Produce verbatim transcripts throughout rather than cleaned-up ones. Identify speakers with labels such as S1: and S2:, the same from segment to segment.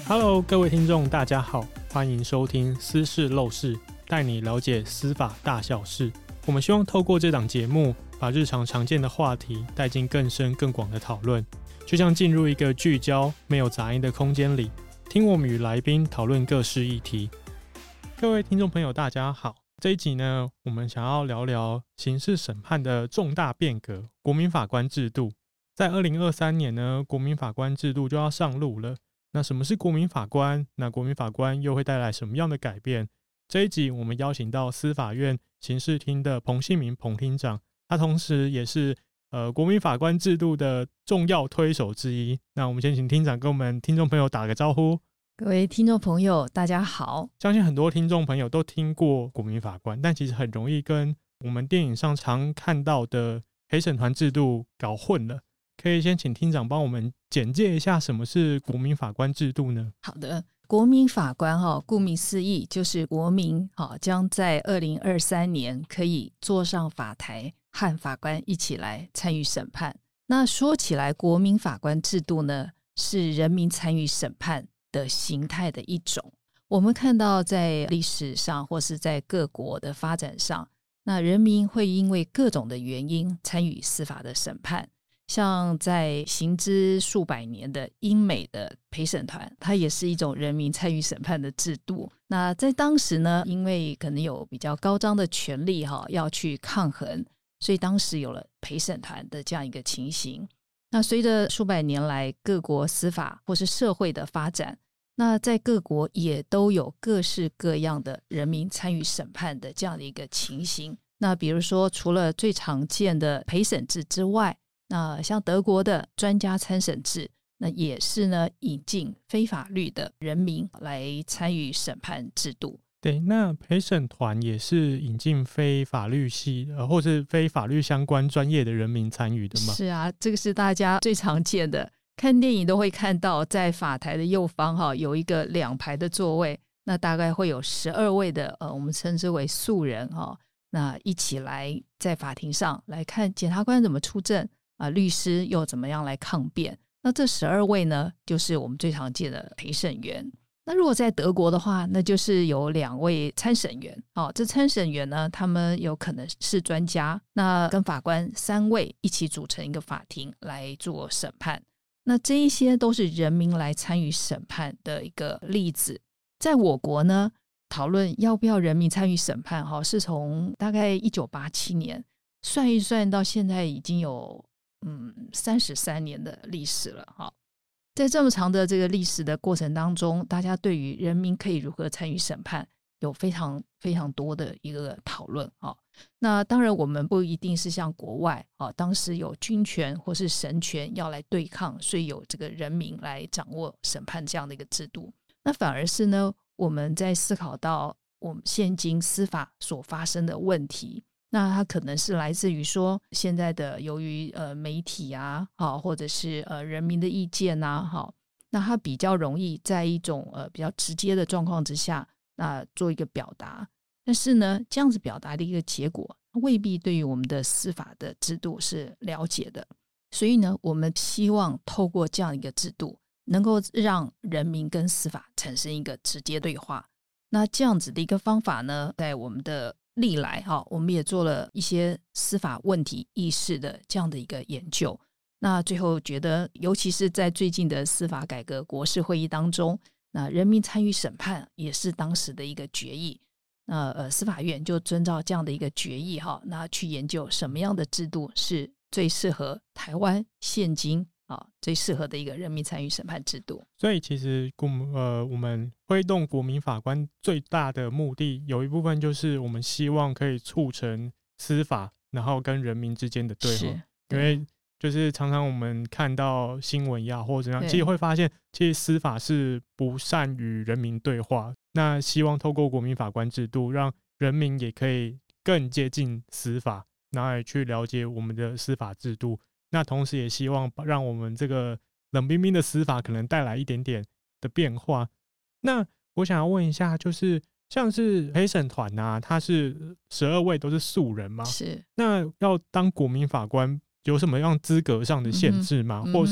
S1: Hello， 各位听众，大家好，欢迎收听《司事漏事》，带你了解司法大小事。我们希望透过这档节目，把日常常见的话题带进更深更广的讨论，就像进入一个聚焦、没有杂音的空间里，听我们与来宾讨论各式议题。各位听众朋友，大家好。这一集呢，我们想要聊聊刑事审判的重大变革——国民法官制度。在二零二三年呢，国民法官制度就要上路了。那什么是国民法官？那国民法官又会带来什么样的改变？这一集我们邀请到司法院刑事厅的彭信明彭厅长，他同时也是呃国民法官制度的重要推手之一。那我们先请厅长跟我们听众朋友打个招呼。
S2: 各位听众朋友大家好。
S1: 相信很多听众朋友都听过国民法官，但其实很容易跟我们电影上常看到的陪审团制度搞混了。可以先请厅长帮我们简介一下什么是国民法官制度呢？
S2: 好的，国民法官顾名思义就是国民将在二零二三年可以坐上法台和法官一起来参与审判。那说起来，国民法官制度呢是人民参与审判的形态的一种。我们看到在历史上或是在各国的发展上，那人民会因为各种的原因参与司法的审判。像在行之数百年的英美的陪审团，它也是一种人民参与审判的制度。那在当时呢，因为可能有比较高涨的权力要去抗衡，所以当时有了陪审团的这样一个情形。那随着数百年来各国司法或是社会的发展，那在各国也都有各式各样的人民参与审判的这样的一个情形。那比如说除了最常见的陪审制之外，那像德国的专家参审制，那也是呢引进非法律的人民来参与审判制度。
S1: 对，那陪审团也是引进非法律系、呃、或是非法律相关专业的人民参与的吗？
S2: 是啊，这个是大家最常见的，看电影都会看到，在法台的右方哈有一个两排的座位，那大概会有十二位的呃我们称之为素人哈，那一起来在法庭上来看检察官怎么出证。啊，律师又怎么样来抗辩？那这十二位呢，就是我们最常见的陪审员。那如果在德国的话，那就是有两位参审员。哦，这参审员呢，他们有可能是专家，那跟法官三位一起组成一个法庭来做审判。那这一些都是人民来参与审判的一个例子。在我国呢，讨论要不要人民参与审判，哦，是从大概一九八七年算一算到现在已经有嗯，三十三年的历史了哈。在这么长的这个历史的过程当中，大家对于人民可以如何参与审判有非常非常多的一个讨论哈。那当然我们不一定是像国外啊，当时有军权或是神权要来对抗，所以有这个人民来掌握审判这样的一个制度。那反而是呢，我们在思考到我们现今司法所发生的问题，那它可能是来自于说现在的由于呃媒体啊，好，或者是呃人民的意见啊，好，那它比较容易在一种呃比较直接的状况之下，那做一个表达。但是呢，这样子表达的一个结果，未必对于我们的司法的制度是了解的。所以呢，我们希望透过这样一个制度，能够让人民跟司法产生一个直接对话。那这样子的一个方法呢，在我们的历来我们也做了一些司法问题意识的这样的一个研究。那最后觉得，尤其是在最近的司法改革国是会议当中，那人民参与审判也是当时的一个决议。那呃，司法院就遵照这样的一个决议哈，那去研究什么样的制度是最适合台湾现今啊，最适合的一个人民参与审判制度。
S1: 所以其实呃，我们推动国民法官最大的目的有一部分就是我们希望可以促成司法然后跟人民之间的对话。因为就是常常我们看到新闻呀或者怎样，其实会发现其实司法是不善与人民对话。那希望透过国民法官制度，让人民也可以更接近司法，然后也去了解我们的司法制度。那同时也希望让我们这个冷冰冰的司法可能带来一点点的变化。那我想要问一下，就是像是陪审团啊，他是十二位都是素人吗？
S2: 是。
S1: 那要当国民法官有什么样资格上的限制吗？嗯、或是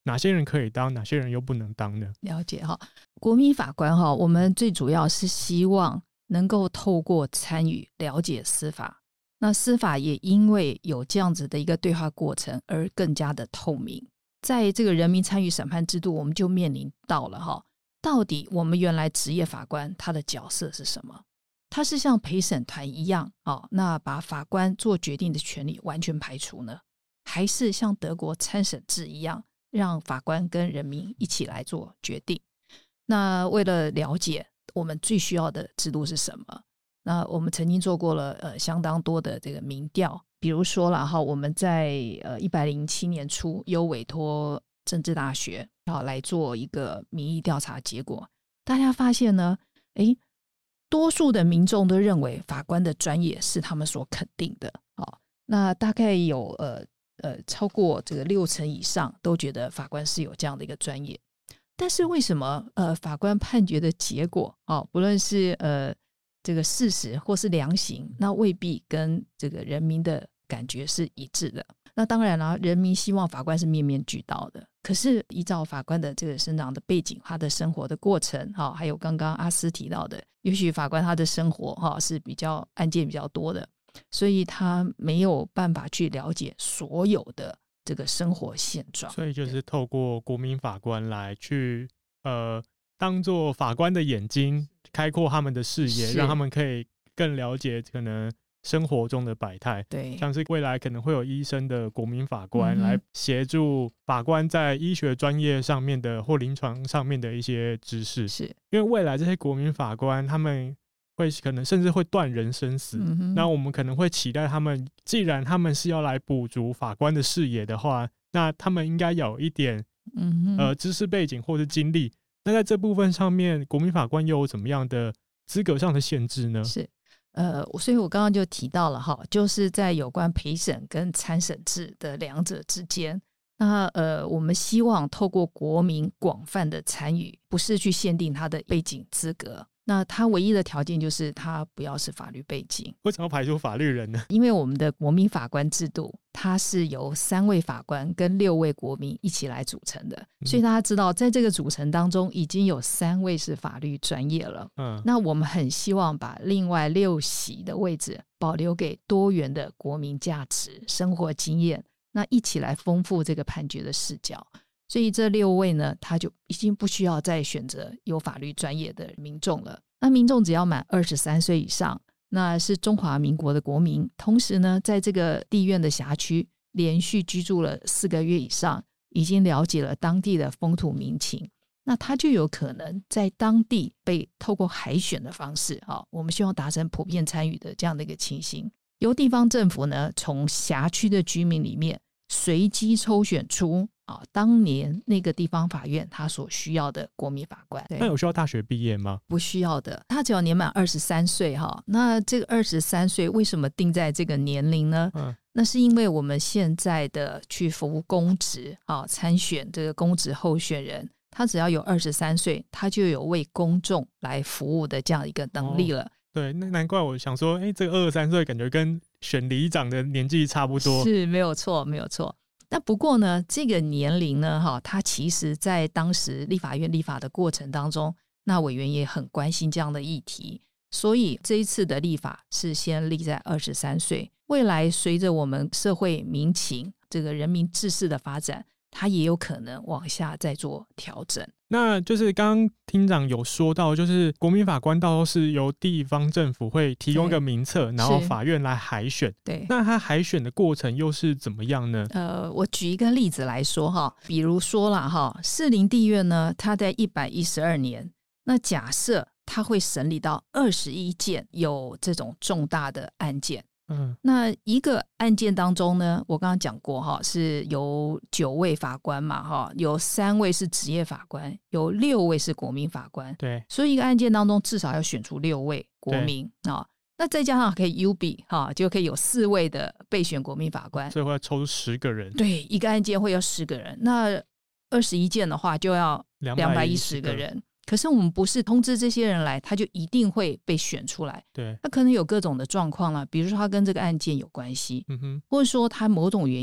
S1: 哪些人可以当，哪些人又不能当呢？
S2: 了解哈，国民法官哈，我们最主要是希望能够透过参与了解司法，那司法也因为有这样子的一个对话过程而更加的透明。在这个人民参与审判制度，我们就面临到了哈，到底我们原来职业法官他的角色是什么？他是像陪审团一样哦，那把法官做决定的权利完全排除呢？还是像德国参审制一样，让法官跟人民一起来做决定？那为了了解我们最需要的制度是什么，那我们曾经做过了呃相当多的这个民调，比如说啦哈，我们在呃一百零七年初有委托政治大学好来做一个民意调查，结果大家发现呢，诶多数的民众都认为法官的专业是他们所肯定的，好，那大概有呃呃超过这个六成以上都觉得法官是有这样的一个专业。但是为什么呃法官判决的结果哦，不论是呃这个事实或是量刑，那未必跟这个人民的感觉是一致的？那当然了，人民希望法官是面面俱到的，可是依照法官的这个生长的背景，他的生活的过程，哦，还有刚刚阿斯提到的，也许法官他的生活，哦，是比较案件比较多的，所以他没有办法去了解所有的这个生活现状，
S1: 所以就是透过国民法官来去呃，当做法官的眼睛，开阔他们的视野，让他们可以更了解可能生活中的百态。
S2: 对，像
S1: 是未来可能会有医生的国民法官来协助法官在医学专业上面的或临床上面的一些知识。是因为未来这些国民法官他们会可能甚至会断人生死，嗯，那我们可能会期待他们，既然他们是要来补足法官的视野的话，那他们应该有一点，嗯呃、知识背景或是经历。那在这部分上面，国民法官又有怎么样的资格上的限制呢？是
S2: 呃，所以我刚刚就提到了哈，就是在有关陪审跟参审制的两者之间，那呃，我们希望透过国民广泛的参与，不是去限定他的背景资格。那他唯一的条件就是他不要是法律背景。
S1: 为什么要排除法律人呢？
S2: 因为我们的国民法官制度，它是由三位法官跟六位国民一起来组成的，所以大家知道在这个组成当中已经有三位是法律专业了。嗯，那我们很希望把另外六席的位置保留给多元的国民价值、生活经验，那一起来丰富这个判决的视角。所以这六位呢，他就已经不需要再选择有法律专业的民众了。那民众只要满二十三岁以上，那是中华民国的国民，同时呢，在这个地院的辖区连续居住了四个月以上，已经了解了当地的风土民情，那他就有可能在当地被透过海选的方式，哦，我们希望达成普遍参与的这样的一个情形，由地方政府呢，从辖区的居民里面随机抽选出啊，当年那个地方法院他所需要的国民法官。
S1: 那有需要大学毕业吗？
S2: 不需要的，他只要年满二十三岁哈。那这个二十三岁为什么定在这个年龄呢？嗯，那是因为我们现在的去服务公职啊，参选这个公职候选人，他只要有二十三岁，他就有为公众来服务的这样一个能力了。哦，
S1: 对，那难怪我想说，哎，这个二十三岁感觉跟选里长的年纪差不多。
S2: 是，没有错，没有错。那不过呢，这个年龄呢，哈，它其实在当时立法院立法的过程当中，那委员也很关心这样的议题，所以这一次的立法是先立在二十三岁。未来随着我们社会民情、这个人民志士的发展，它也有可能往下再做调整。
S1: 那就是刚刚厅长有说到，就是国民法官到时候是由地方政府会提供一个名册，然后法院来海选。对，那他海选的过程又是怎么样呢？
S2: 呃，我举一个例子来说哈，比如说啦哈，士林地院呢，他在一百一十二年，那假设他会审理到二十一件有这种重大的案件。嗯，那一个案件当中呢，我刚刚讲过哈，是有九位法官嘛哈，有三位是职业法官，有六位是国民法官。对，所以一个案件当中至少要选出六位国民啊，那再加上可以 U B 哈，就可以有四位的备选国民法官，
S1: 所以会要抽出十个人。
S2: 对，一个案件会有十个人，那二十一件的话就要两百一十个人。可是我们不是通知这些人来，他就一定会被选出来。对，他可能有各种的状况啦，比如说他跟这个案件有关系，嗯哼，或者说他某种原因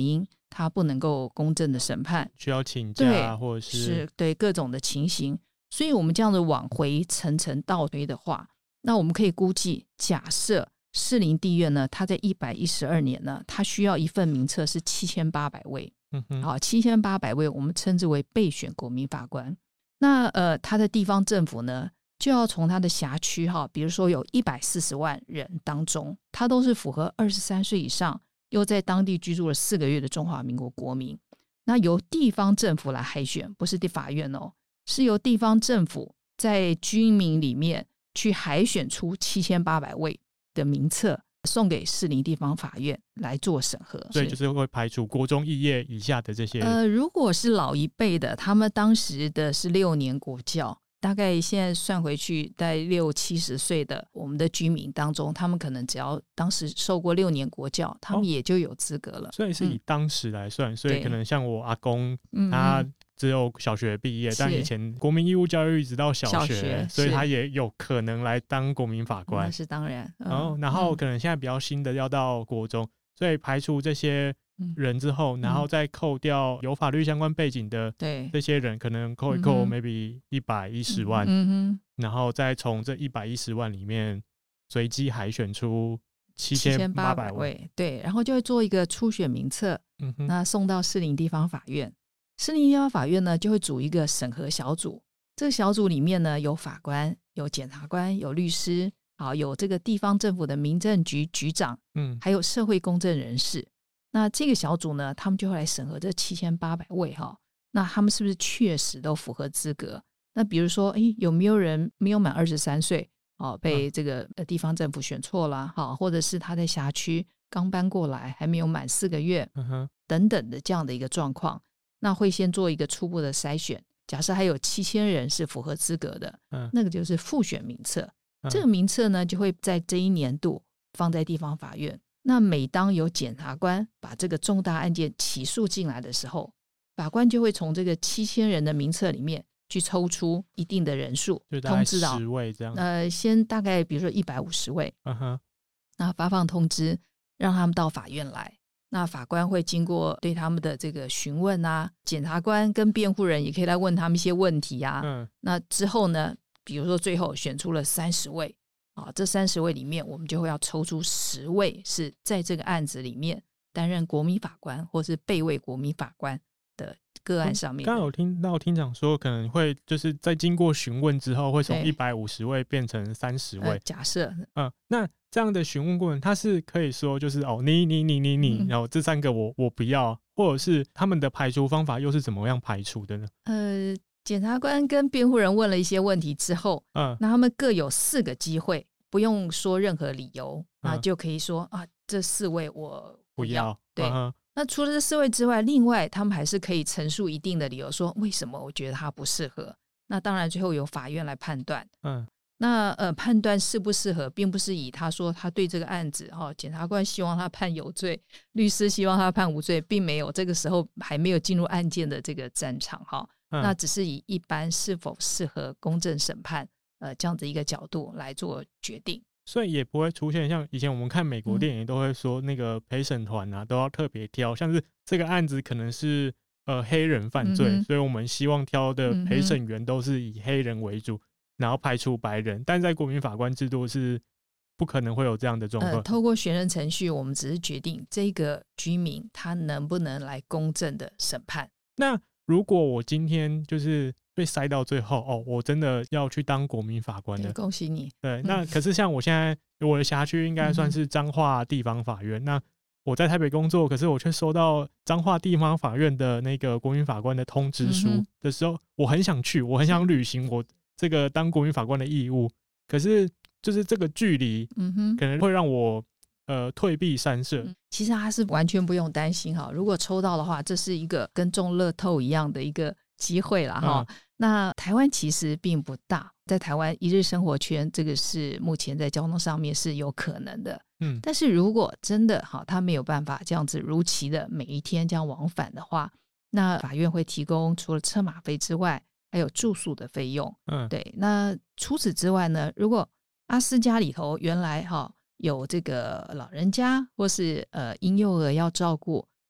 S2: 他不能够公正的审判，
S1: 需要请假或者是
S2: 是对各种的情形。所以我们这样子往回层层倒推的话，那我们可以估计，假设士林地院呢，它在一百一十二年呢，它需要一份名册是七千八百位，
S1: 嗯哼，
S2: 好，七千八百位我们称之为备选国民法官。那呃，它的地方政府呢，就要从它的辖区哈，比如说有一百四十万人当中，他都是符合二十三岁以上，又在当地居住了四个月的中华民国国民。那由地方政府来海选，不是地法院哦，是由地方政府在居民里面去海选出七千八百位的名册，送给士林地方法院来做审核。
S1: 所以就是会排除国中肄业以下的这些。
S2: 呃，如果是老一辈的，他们当时的是六年国教，大概现在算回去，在六七十岁的我们的居民当中，他们可能只要当时受过六年国教，他们也就有资格了。
S1: 哦、所以是以当时来算、嗯，所以可能像我阿公，他只有小学毕业，但以前国民义务教育直到小 学, 小学所以他也有可能来当国民法官。
S2: 那是当然。
S1: 嗯、然后，然后可能现在比较新的要到国中，所以排除这些人之后，嗯、然后再扣掉有法律相关背景的这些人，可能扣一扣、嗯、maybe 一百一十万、
S2: 嗯哼，
S1: 然后再从这一百一十万里面随机海选出七千八百位，
S2: 对，然后就会做一个初选名册，
S1: 嗯哼，
S2: 那送到士林地方法院。士林地方法院呢，就会组一个审核小组，这个小组里面呢，有法官、有检察官、有律师，好，有这个地方政府的民政局局长，
S1: 嗯，还
S2: 有社会公正人士。那这个小组呢，他们就会来审核这七千八百位哈，那他们是不是确实都符合资格？那比如说，诶，有没有人没有满二十三岁，哦，被这个地方政府选错了，好，或者是他在辖区刚搬过来，还没有满四个月，
S1: 嗯哼，
S2: 等等的这样的一个状况。那会先做一个初步的筛选，假设还有七千人是符合资格的、嗯、那个就是复选名册、嗯、这个名册呢就会在这一年度放在地方法院。那每当有检察官把这个重大案件起诉进来的时候，法官就会从这个七千人的名册里面去抽出一定的人数，
S1: 就大概十位这样，
S2: 呃，先大概比如说一百五十位，
S1: 嗯哼，
S2: 那发放通知让他们到法院来。那法官会经过对他们的这个询问啊，检察官跟辩护人也可以来问他们一些问题啊。
S1: 嗯，
S2: 那之后呢，比如说最后选出了三十位啊，这三十位里面，我们就会要抽出十位是在这个案子里面担任国民法官或是备位国民法官的个案上面。
S1: 刚刚有听到厅长说，可能会就是在经过询问之后，会从一百五十位变成三十位、呃。
S2: 假设，
S1: 嗯，那这样的询问过程，他是可以说就是哦，你你你你你，然后这三个我我不要，或者是他们的排除方法又是怎么样排除的呢？
S2: 呃，检察官跟辩护人问了一些问题之后，嗯，那他们各有四个机会，不用说任何理由，那、嗯、就可以说啊，这四位我不要。
S1: 不要
S2: 对。
S1: 嗯，
S2: 那除了这四位之外，另外他们还是可以陈述一定的理由，说为什么我觉得他不适合。那当然最后由法院来判断。
S1: 嗯，
S2: 那呃判断适不适合，并不是以他说他对这个案子哈、哦，检察官希望他判有罪，律师希望他判无罪，并没有，这个时候还没有进入案件的这个战场哈、哦嗯。那只是以一般是否适合公正审判呃这样子一个角度来做决定。
S1: 所以也不会出现像以前我们看美国电影都会说那个陪审团啊都要特别挑，像是这个案子可能是呃黑人犯罪、嗯、所以我们希望挑的陪审员都是以黑人为主、嗯、然后排除白人，但在国民法官制度是不可能会有这样的状况、呃、
S2: 透过选任程序我们只是决定这个居民他能不能来公正的审判。
S1: 那如果我今天就是被塞到最后哦，我真的要去当国民法官的，
S2: 恭喜你。
S1: 对，那可是像我现在我的辖区应该算是彰化地方法院、嗯、那我在台北工作，可是我却收到彰化地方法院的那个国民法官的通知书的时候、嗯、我很想去，我很想履行我这个当国民法官的义务，可是就是这个距离可能会让我呃退避三舍、嗯、
S2: 其实他是完全不用担心哈，如果抽到的话，这是一个跟中乐透一样的一个机会啦哈、嗯。那台湾其实并不大，在台湾一日生活圈这个是目前在交通上面是有可能的，
S1: 嗯，
S2: 但是如果真的哈他没有办法这样子如期的每一天这样往返的话，那法院会提供除了车马费之外还有住宿的费用，
S1: 嗯，
S2: 对。那除此之外呢，如果阿斯家里头原来哈有这个老人家或是呃婴幼儿要照顾，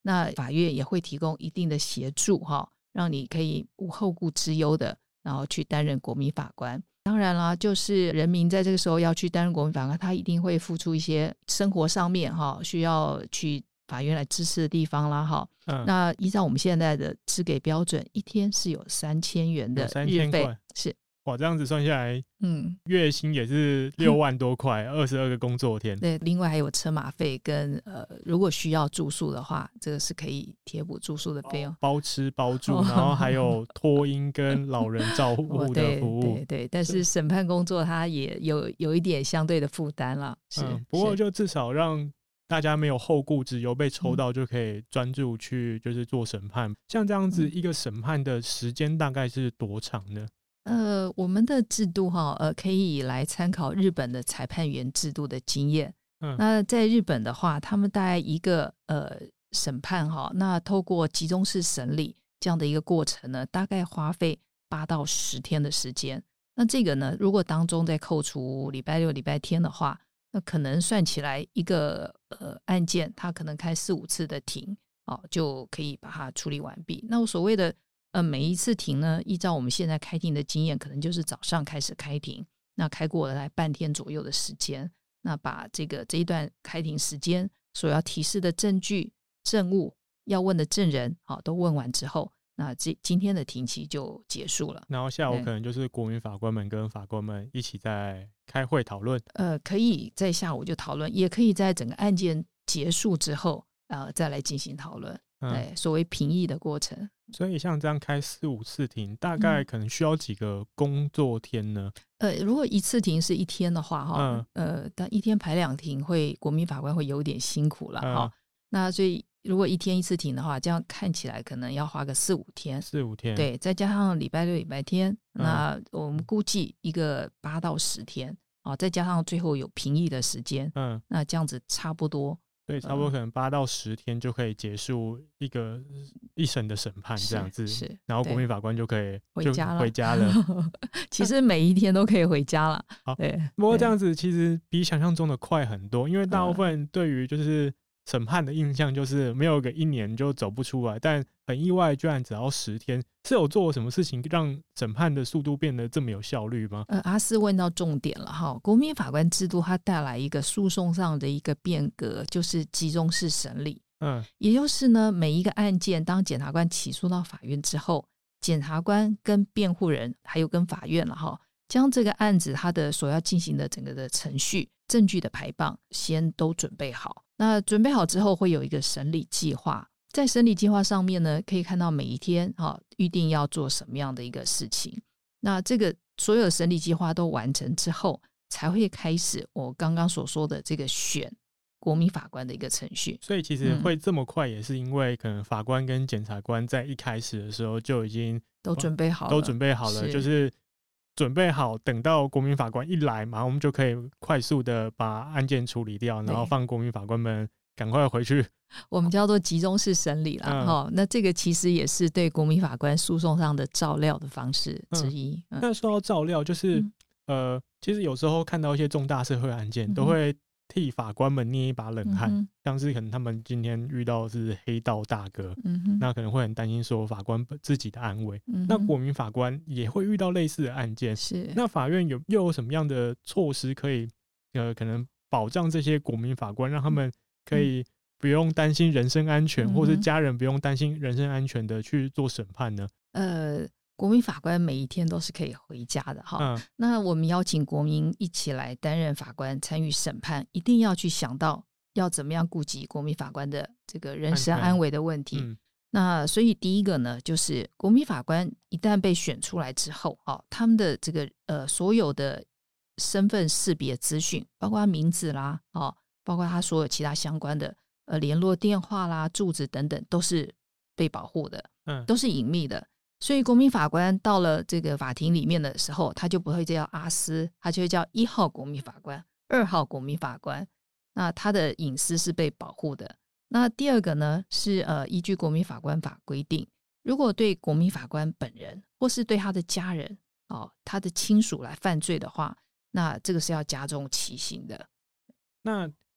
S2: 那法院也会提供一定的协助哈，让你可以无后顾之忧的，然后去担任国民法官。当然啦，就是人民在这个时候要去担任国民法官，他一定会付出一些生活上面哈需要去法院来支持的地方啦哈、嗯。那依照我们现在的支给标准，一天是有三千元的日费，是。
S1: 哇，这样子算下来，嗯，月薪也是六万多块，二十二个工作天。
S2: 对，另外还有车马费跟呃，如果需要住宿的话，这个是可以贴补住宿的费用，
S1: 包吃包住，然后还有托婴跟老人照护的服务。
S2: 哦、对对对，但是审判工作它也有有一点相对的负担了。是、嗯，
S1: 不过就至少让大家没有后顾之忧，被抽到就可以专注去就是做审判。嗯、像这样子一个审判的时间大概是多长呢？
S2: 呃，我们的制度哈，呃，可以来参考日本的裁判员制度的经验。嗯，那在日本的话，他们大概一个呃审判哈，那透过集中式审理这样的一个过程呢，大概花费八到十天的时间。那这个呢，如果当中再扣除礼拜六、礼拜天的话，那可能算起来一个呃案件，它可能开四五次的庭哦，就可以把它处理完毕。那我所谓的呃，每一次庭呢，依照我们现在开庭的经验，可能就是早上开始开庭，那开过来半天左右的时间，那把这个这一段开庭时间所要提示的证据、证物、要问的证人，好，都问完之后，那这今天的庭期就结束了。
S1: 然后下午可能就是国民法官们跟法官们一起在开会讨论。
S2: 呃，可以在下午就讨论，也可以在整个案件结束之后，呃，再来进行讨论。对、嗯，所谓评议的过程。
S1: 所以像这样开四五次庭，大概可能需要几个工作天呢？
S2: 嗯、呃，如果一次庭是一天的话，哈、嗯，呃，但一天排两庭会，国民法官会有点辛苦了哈、嗯。那所以如果一天一次庭的话，这样看起来可能要花个四五天。
S1: 四五天，
S2: 对，再加上礼拜六、礼拜天，嗯、那我们估计一个八到十天啊，再加上最后有评议的时间，嗯，那这样子差不多。
S1: 所以差不多可能八到十天就可以结束一个一审的审判这样子，
S2: 是，
S1: 然后国民法官就可以
S2: 回家了。
S1: 回家了
S2: 其实每一天都可以回家了。
S1: 好，对。不过这样子其实比想象中的快很多，因为大部分对于就是审判的印象就是没有个一年就走不出来，但很意外，居然只要十天。是有做什么事情让审判的速度变得这么有效率吗？
S2: 呃，阿斯问到重点了哈。国民法官制度它带来一个诉讼上的一个变革，就是集中式审理。嗯，也就是呢，每一个案件当检察官起诉到法院之后，检察官跟辩护人还有跟法院了哈，将这个案子它的所要进行的整个的程序、证据的排棒先都准备好。那准备好之后，会有一个审理计划。在审理计划上面呢，可以看到每一天哈预定要做什么样的一个事情。那这个所有审理计划都完成之后，才会开始我刚刚所说的这个选国民法官的一个程序。
S1: 所以其实会这么快，也是因为可能法官跟检察官在一开始的时候就已经
S2: 都准备好了，
S1: 都准备好了，是就是准备好，等到国民法官一来嘛，我们就可以快速的把案件处理掉，然后放国民法官们赶快回去。
S2: 我们叫做集中式审理啦、嗯哦、那这个其实也是对国民法官诉讼上的照料的方式之一。
S1: 嗯嗯、那说到照料，就是、嗯、呃，其实有时候看到一些重大社会案件，嗯、都会替法官们捏一把冷汗、嗯、像是可能他们今天遇到的是黑道大哥、嗯、那可能会很担心说法官自己的安危、嗯、那国民法官也会遇到类似的案件，
S2: 是
S1: 那法院有又有什么样的措施可以呃，可能保障这些国民法官，让他们可以不用担心人身安全、嗯、或是家人不用担心人身安全的去做审判呢？
S2: 呃，国民法官每一天都是可以回家的哈、嗯。那我们邀请国民一起来担任法官参与审判，一定要去想到要怎么样顾及国民法官的这个人身安危的问题。嗯、那所以第一个呢，就是国民法官一旦被选出来之后，哦、他们的这个呃所有的身份识别资讯，包括他名字啦，哦，包括他所有其他相关的呃联络电话啦、住址等等，都是被保护的，嗯，都是隐秘的。所以国民法官到了这个法庭里面的时候，他就不会叫阿斯，他就会叫一号国民法官、二号国民法官。那他的隐私是被保护的。那第二个呢，是呃依据国民法官法规定，如果对国民法官本人或是对他的家人、哦、他的亲属来犯罪的话，那这个是要加重其刑的。
S1: 那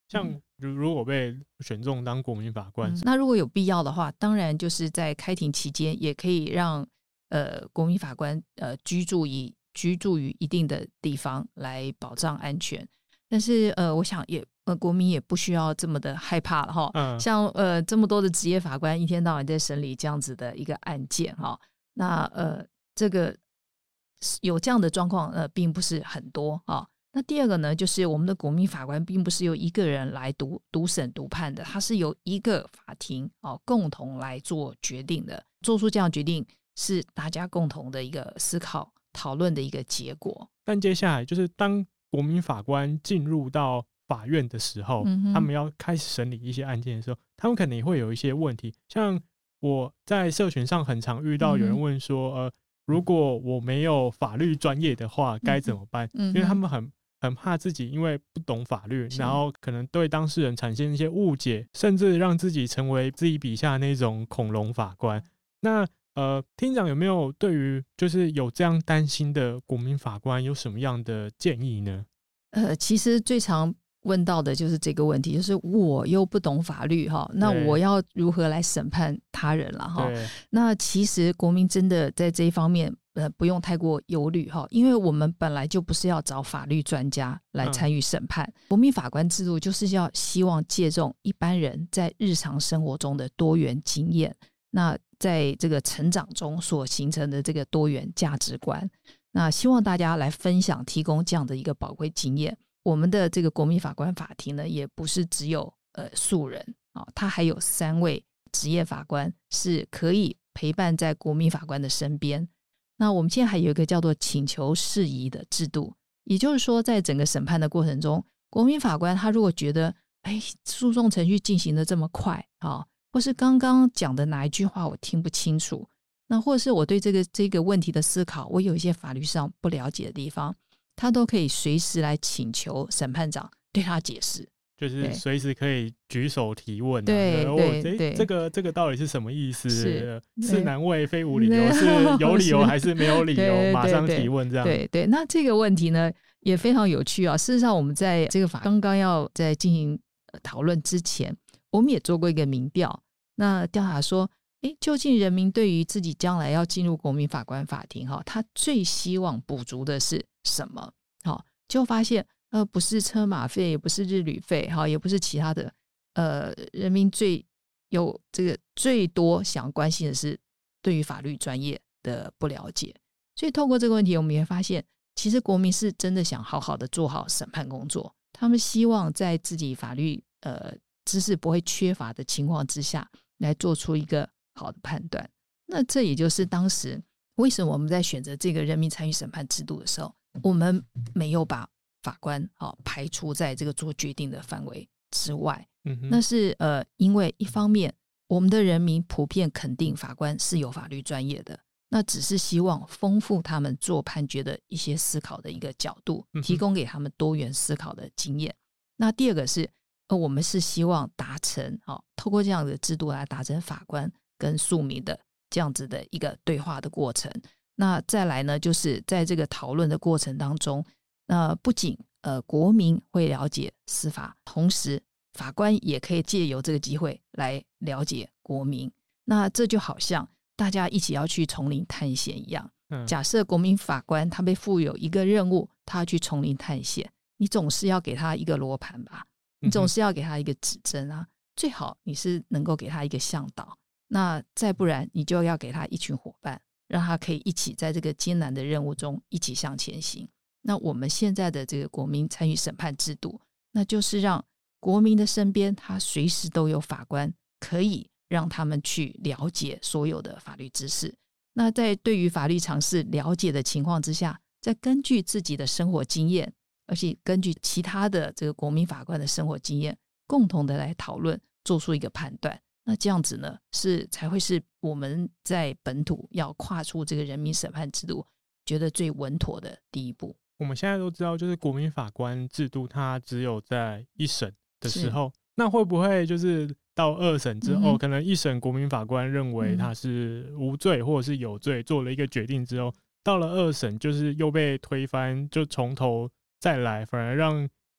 S1: 像如如果被选中当国民法官、
S2: 嗯，那如果有必要的话，当然就是在开庭期间也可以让呃国民法官呃居住于居住于一定的地方来保障安全。但是呃，我想也呃国民也不需要这么的害怕了哈。嗯、像呃这么多的职业法官一天到晚在审理这样子的一个案件哈，那呃这个有这样的状况呃并不是很多啊。那第二个呢，就是我们的国民法官并不是由一个人来独独审独判的，它是由一个法庭、哦、共同来做决定的。做出这样的决定是大家共同的一个思考讨论的一个结果。
S1: 但接下来就是当国民法官进入到法院的时候、嗯、他们要开始审理一些案件的时候，他们可能也会有一些问题。像我在社群上很常遇到有人问说、嗯、呃，如果我没有法律专业的话该怎么办、嗯、因为他们很很怕自己因为不懂法律，然后可能对当事人产生一些误解，甚至让自己成为自己笔下那种恐龙法官。那呃，厅长有没有对于就是有这样担心的国民法官有什么样的建议呢？
S2: 呃，其实最常问到的就是这个问题，就是我又不懂法律哈，那我要如何来审判他人了哈？那其实国民真的在这一方面呃不用太过忧虑哈，因为我们本来就不是要找法律专家来参与审判、嗯、国民法官制度就是要希望借重一般人在日常生活中的多元经验，那在这个成长中所形成的这个多元价值观，那希望大家来分享提供这样的一个宝贵经验。我们的这个国民法官法庭呢，也不是只有呃素人啊、哦，他还有三位职业法官是可以陪伴在国民法官的身边。那我们现在还有一个叫做请求事宜的制度，也就是说在整个审判的过程中，国民法官他如果觉得哎，诉讼程序进行的这么快啊、哦，或是刚刚讲的哪一句话我听不清楚，那或者是我对这个这个问题的思考我有一些法律上不了解的地方，他都可以随时来请求审判长对他解释，
S1: 就是随时可以举手提问、啊、
S2: 对对对，
S1: 这个这个到底是什么意思？是是难为非无理由，是有理由还是没有理由？马上提问这样。
S2: 对 对, 对，那这个问题呢也非常有趣啊。事实上我们在这个法刚刚要在进行讨论之前，我们也做过一个民调，那调查说诶，究竟人民对于自己将来要进入国民法官法庭他最希望补足的是什么？就发现呃，不是车马费，也不是日旅费，也不是其他的，呃，人民最有这个最多想关心的是对于法律专业的不了解。所以透过这个问题，我们也发现其实国民是真的想好好的做好审判工作，他们希望在自己法律呃知识不会缺乏的情况之下来做出一个好的判断。那这也就是当时为什么我们在选择这个人民参与审判制度的时候，我们没有把法官、哦、排除在这个做决定的范围之外、嗯、那是呃，因为一方面我们的人民普遍肯定法官是有法律专业的，那只是希望丰富他们做判决的一些思考的一个角度，提供给他们多元思考的经验、嗯、那第二个是、呃、我们是希望达成、哦、透过这样的制度来达成法官跟庶民的这样子的一个对话的过程。那再来呢，就是在这个讨论的过程当中，呃，不仅呃国民会了解司法，同时法官也可以借由这个机会来了解国民。那这就好像大家一起要去丛林探险一样、嗯、假设国民法官他被赋有一个任务，他要去丛林探险，你总是要给他一个罗盘吧，你总是要给他一个指针啊、嗯、最好你是能够给他一个向导，那再不然你就要给他一群伙伴，让他可以一起在这个艰难的任务中一起向前行。那我们现在的这个国民参与审判制度，那就是让国民的身边他随时都有法官，可以让他们去了解所有的法律知识。那在对于法律常识了解的情况之下，再根据自己的生活经验，而且根据其他的这个国民法官的生活经验，共同的来讨论，做出一个判断。那这样子呢，是才会是我们在本土要跨出这个人民审判制度觉得最稳妥的第一步。
S1: 我们现在都知道，就是国民法官制度它只有在一审的时候，那会不会就是到二审之后、嗯、可能一审国民法官认为他是无罪或者是有罪，做了一个决定之后，到了二审就是又被推翻，就从头再来，反而让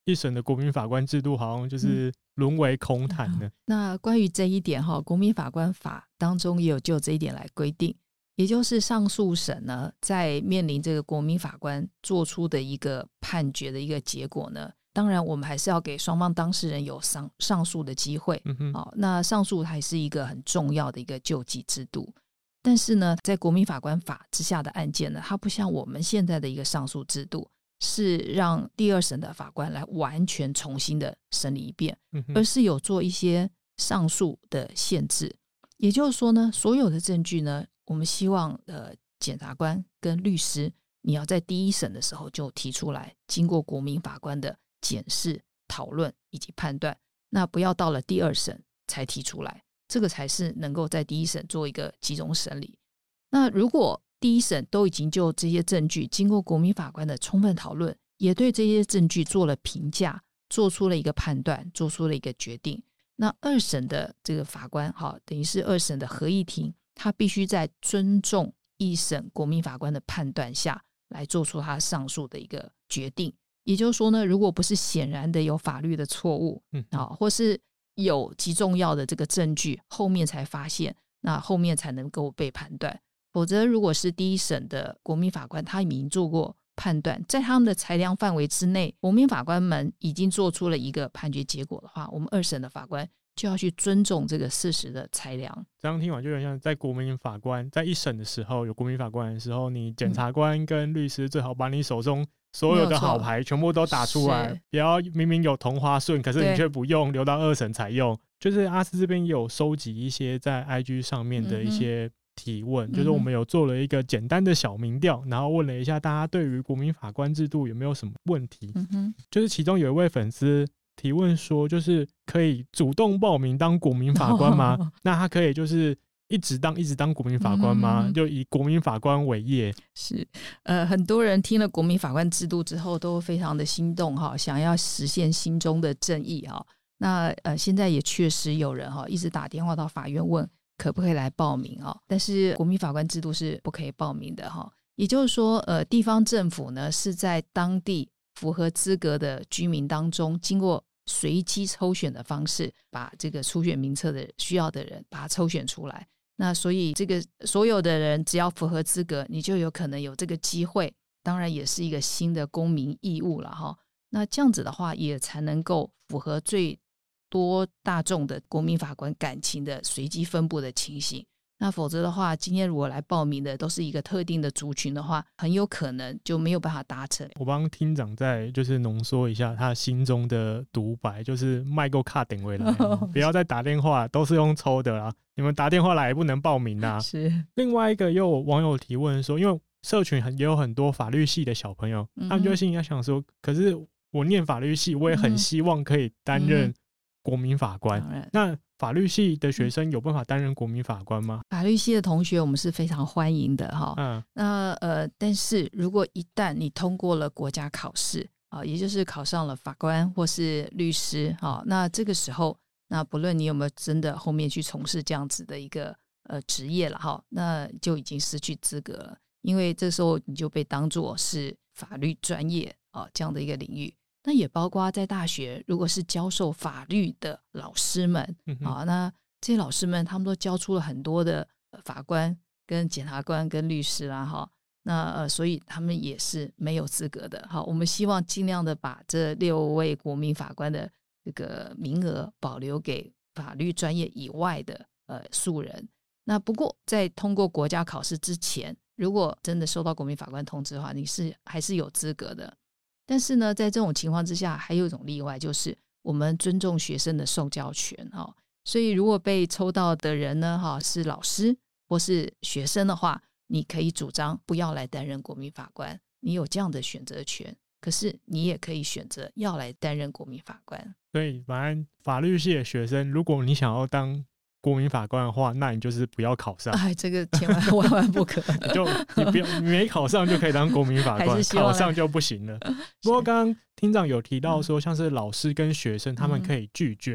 S1: 一审的国民法官制度好像就是沦为空谈呢、嗯、
S2: 那关于这一点国民法官法当中也有就这一点来规定，也就是上诉审呢在面临这个国民法官做出的一个判决的一个结果呢，当然我们还是要给双方当事人有 上, 上诉的机会、嗯哦、那上诉还是一个很重要的一个救济制度，但是呢在国民法官法之下的案件呢，它不像我们现在的一个上诉制度是让第二审的法官来完全重新的审理一遍、嗯、而是有做一些上诉的限制。也就是说呢，所有的证据呢，我们希望呃检察官跟律师你要在第一审的时候就提出来，经过国民法官的检视讨论以及判断，那不要到了第二审才提出来，这个才是能够在第一审做一个集中审理。那如果第一审都已经就这些证据经过国民法官的充分讨论，也对这些证据做了评价，做出了一个判断，做出了一个决定，那二审的这个法官等于是二审的合议庭，他必须在尊重一审国民法官的判断下来做出他上诉的一个决定。也就是说呢，如果不是显然的有法律的错误、嗯、或是有极重要的这个证据后面才发现，那后面才能够被判断。否则如果是第一审的国民法官他已经做过判断，在他们的裁量范围之内，国民法官们已经做出了一个判决结果的话，我们二审的法官就要去尊重这个事实的裁量。
S1: 这样听完就有点像在国民法官在一审的时候，有国民法官的时候，你检察官跟律师最好把你手中所有的好牌全部都打出来，不要明明有同花顺可是你却不用，留到二审才用。就是阿司这边也有收集一些在 I G 上面的一些提问、嗯、就是我们有做了一个简单的小民调，然后问了一下大家对于国民法官制度有没有什么问题、嗯、就是其中有一位粉丝提问说，就是可以主动报名当国民法官吗、哦、那他可以就是一直当一直当国民法官吗、嗯、就以国民法官为业。
S2: 是呃，很多人听了国民法官制度之后都非常的心动，想要实现心中的正义。那呃，现在也确实有人一直打电话到法院问可不可以来报名，但是国民法官制度是不可以报名的。也就是说呃，地方政府呢是在当地符合资格的居民当中经过随机抽选的方式把这个初选名册的需要的人把它抽选出来，那所以这个所有的人只要符合资格你就有可能有这个机会，当然也是一个新的公民义务了哈。那这样子的话也才能够符合最多大众的国民法官感情的随机分布的情形。那否则的话，今天如果来报名的都是一个特定的族群的话，很有可能就没有办法达成。
S1: 我帮厅长再就是浓缩一下他心中的独白，就是卖够卡点回来不要再打电话，都是用抽的啦，你们打电话来也不能报名啊。
S2: 是
S1: 另外一个又有网友提问说，因为社群也有很多法律系的小朋友、嗯、他们就心里在想说，可是我念法律系我也很希望可以担任国民法官、嗯、那法律系的学生有办法担任国民法官吗？
S2: 法律系的同学我们是非常欢迎的哈、嗯。那呃，但是如果一旦你通过了国家考试啊，也就是考上了法官或是律师啊，那这个时候，那不论你有没有真的后面去从事这样子的一个呃职业了哈，那就已经失去资格了，因为这时候你就被当作是法律专业啊这样的一个领域。那也包括在大学如果是教授法律的老师们、嗯啊、那这些老师们他们都教出了很多的法官跟检察官跟律师啦哈，那呃，所以他们也是没有资格的。好，我们希望尽量的把这六位国民法官的这个名额保留给法律专业以外的呃素人。那不过在通过国家考试之前，如果真的收到国民法官通知的话，你是还是有资格的。但是呢，在这种情况之下，还有一种例外，就是我们尊重学生的受教权、哦、所以如果被抽到的人呢、哦、是老师或是学生的话，你可以主张不要来担任国民法官，你有这样的选择权。可是你也可以选择要来担任国民法官。
S1: 所以反正法律系的学生，如果你想要当国民法官的话，那你就是不要考上。
S2: 哎，这个千万万万不可
S1: 你就你不要你没考上就可以当国民法官考上就不行了。不过刚刚厅长有提到说，像是老师跟学生他们可以拒绝、嗯、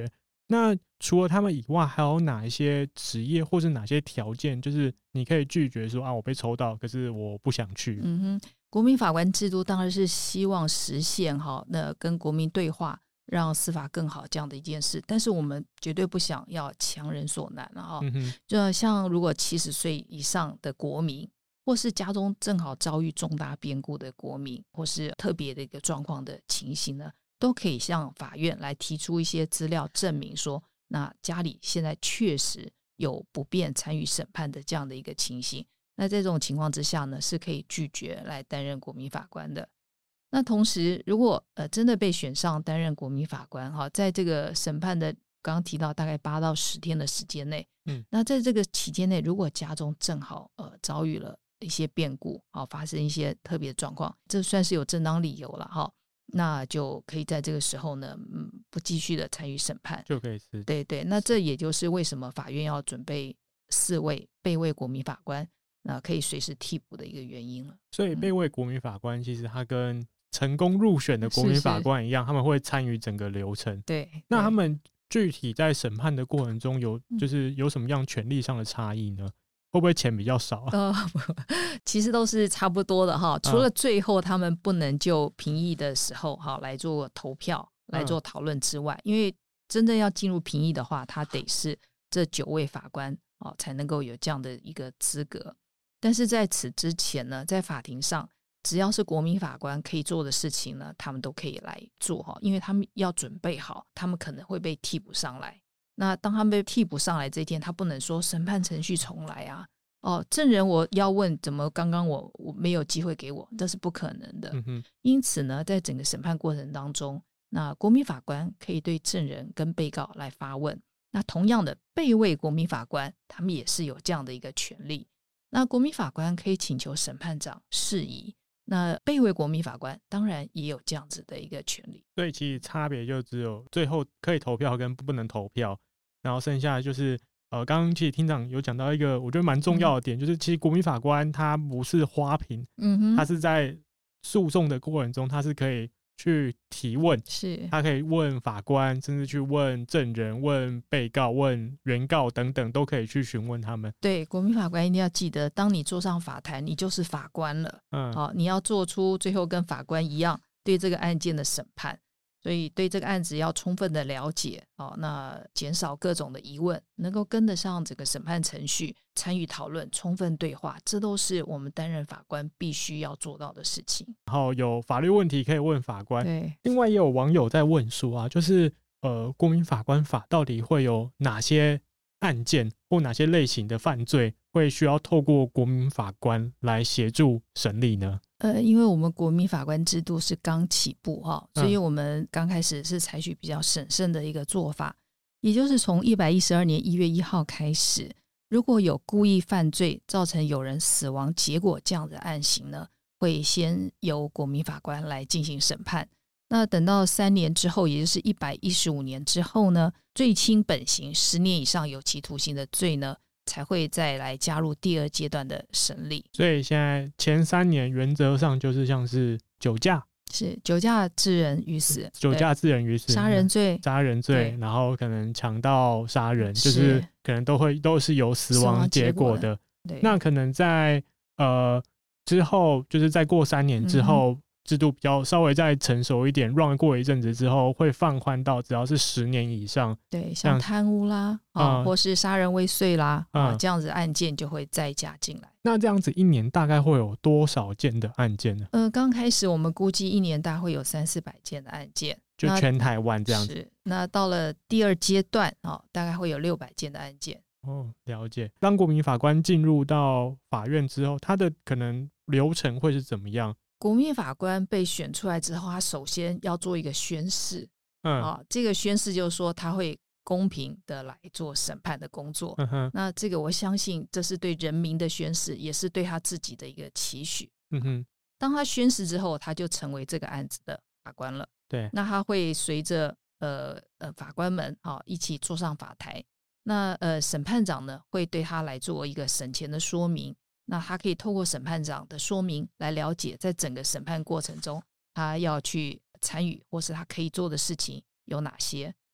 S1: 那除了他们以外，还有哪一些职业或是哪些条件，就是你可以拒绝说啊，我被抽到，可是我不想去？
S2: 嗯哼，国民法官制度当然是希望实现哈，那跟国民对话，让司法更好这样的一件事，但是我们绝对不想要强人所难了哈。
S1: 嗯哼，
S2: 就像如果七十岁以上的国民，或是家中正好遭遇重大变故的国民，或是特别的一个状况的情形呢，都可以向法院来提出一些资料证明说，那家里现在确实有不便参与审判的这样的一个情形。那在这种情况之下呢，是可以拒绝来担任国民法官的。那同时，如果呃真的被选上担任国民法官哈，在这个审判的刚刚提到大概八到十天的时间内，嗯，那在这个期间内，如果家中正好呃遭遇了一些变故，好发生一些特别状况，这算是有正当理由了哈，那就可以在这个时候呢，嗯，不继续的参与审判，
S1: 就可以是。
S2: 对对，那这也就是为什么法院要准备四位备位国民法官，那可以随时替补的一个原因了。
S1: 所以备位国民法官其实他跟成功入选的国民法官一样，是是他们会参与整个流程。
S2: 对，
S1: 那他们具体在审判的过程中有就是有什么样权利上的差异呢？会不会钱比较少啊？
S2: 呃，其实都是差不多的哈，除了最后他们不能就评议的时候哈来做投票来做讨论之外，因为真正要进入评议的话，他得是这九位法官哦才能够有这样的一个资格。但是在此之前呢，在法庭上，只要是国民法官可以做的事情呢，他们都可以来做哈，因为他们要准备好，他们可能会被替补上来。那当他们被替补上来这一天，他不能说审判程序重来啊，哦，证人我要问，怎么刚刚我我没有机会给我，这是不可能的。
S1: 嗯、
S2: 因此呢，在整个审判过程当中，那国民法官可以对证人跟被告来发问，那同样的备位国民法官他们也是有这样的一个权利。那国民法官可以请求审判长释疑，那备位国民法官当然也有这样子的一个权利。
S1: 所以其实差别就只有最后可以投票跟不能投票，然后剩下就是呃，刚刚其实厅长有讲到一个我觉得蛮重要的点，嗯、就是其实国民法官他不是花瓶，嗯哼，他是在诉讼的过程中，他是可以去提问，
S2: 是
S1: 他可以问法官，甚至去问证人、问被告、问原告等等，都可以去询问他们。
S2: 对，国民法官一定要记得，当你坐上法台，你就是法官了。嗯，好，你要做出最后跟法官一样对这个案件的审判。所以对这个案子要充分的了解，哦，那减少各种的疑问，能够跟得上整个审判程序，参与讨论，充分对话，这都是我们担任法官必须要做到的事情。
S1: 然后有法律问题可以问法官。
S2: 对，
S1: 另外也有网友在问说啊，就是呃，国民法官法到底会有哪些案件或哪些类型的犯罪会需要透过国民法官来协助审理呢？
S2: 呃，因为我们国民法官制度是刚起步哈，所以我们刚开始是采取比较审慎的一个做法，也就是从一百一十二年一月一号开始，如果有故意犯罪造成有人死亡结果这样的案型呢，会先由国民法官来进行审判。那等到三年之后，也就是一百一十五年之后呢，最轻本刑十年以上有期徒刑的罪呢，才会再来加入第二阶段的审理。
S1: 所以现在前三年原则上就是像是酒驾，
S2: 是酒驾致人于死，
S1: 酒驾致人于死，
S2: 杀人罪，
S1: 杀人罪，然后可能强盗杀人，就是可能都会都是有死亡结果的。
S2: 对，
S1: 那可能在呃之后，就是再过三年之后。嗯，制度比较稍微再成熟一点 run 过一阵子之后会放宽到只要是十年以上，
S2: 对，像贪污啦、啊嗯、或是杀人未遂啦、嗯啊、这样子案件就会再加进来。
S1: 那这样子一年大概会有多少件的案件呢？
S2: 呃，刚开始我们估计一年大概会有三四百件的案件，
S1: 就全台湾这样子。
S2: 是，那到了第二阶段、哦、大概会有六百件的案件。
S1: 哦，了解。当国民法官进入到法院之后，他的可能流程会是怎么样？
S2: 国民法官被选出来之后，他首先要做一个宣誓，嗯啊，这个宣誓就是说他会公平的来做审判的工作。嗯哼，那这个我相信这是对人民的宣誓，也是对他自己的一个期许。嗯哼，当他宣誓之后，他就成为这个案子的法官了。
S1: 对，
S2: 那他会随着呃呃法官们啊一起坐上法台。那呃审判长呢会对他来做一个审前的说明。那他可以透过审判长的说明来了解在整个审判过程中他要去参与或是他可以做的事情有哪些。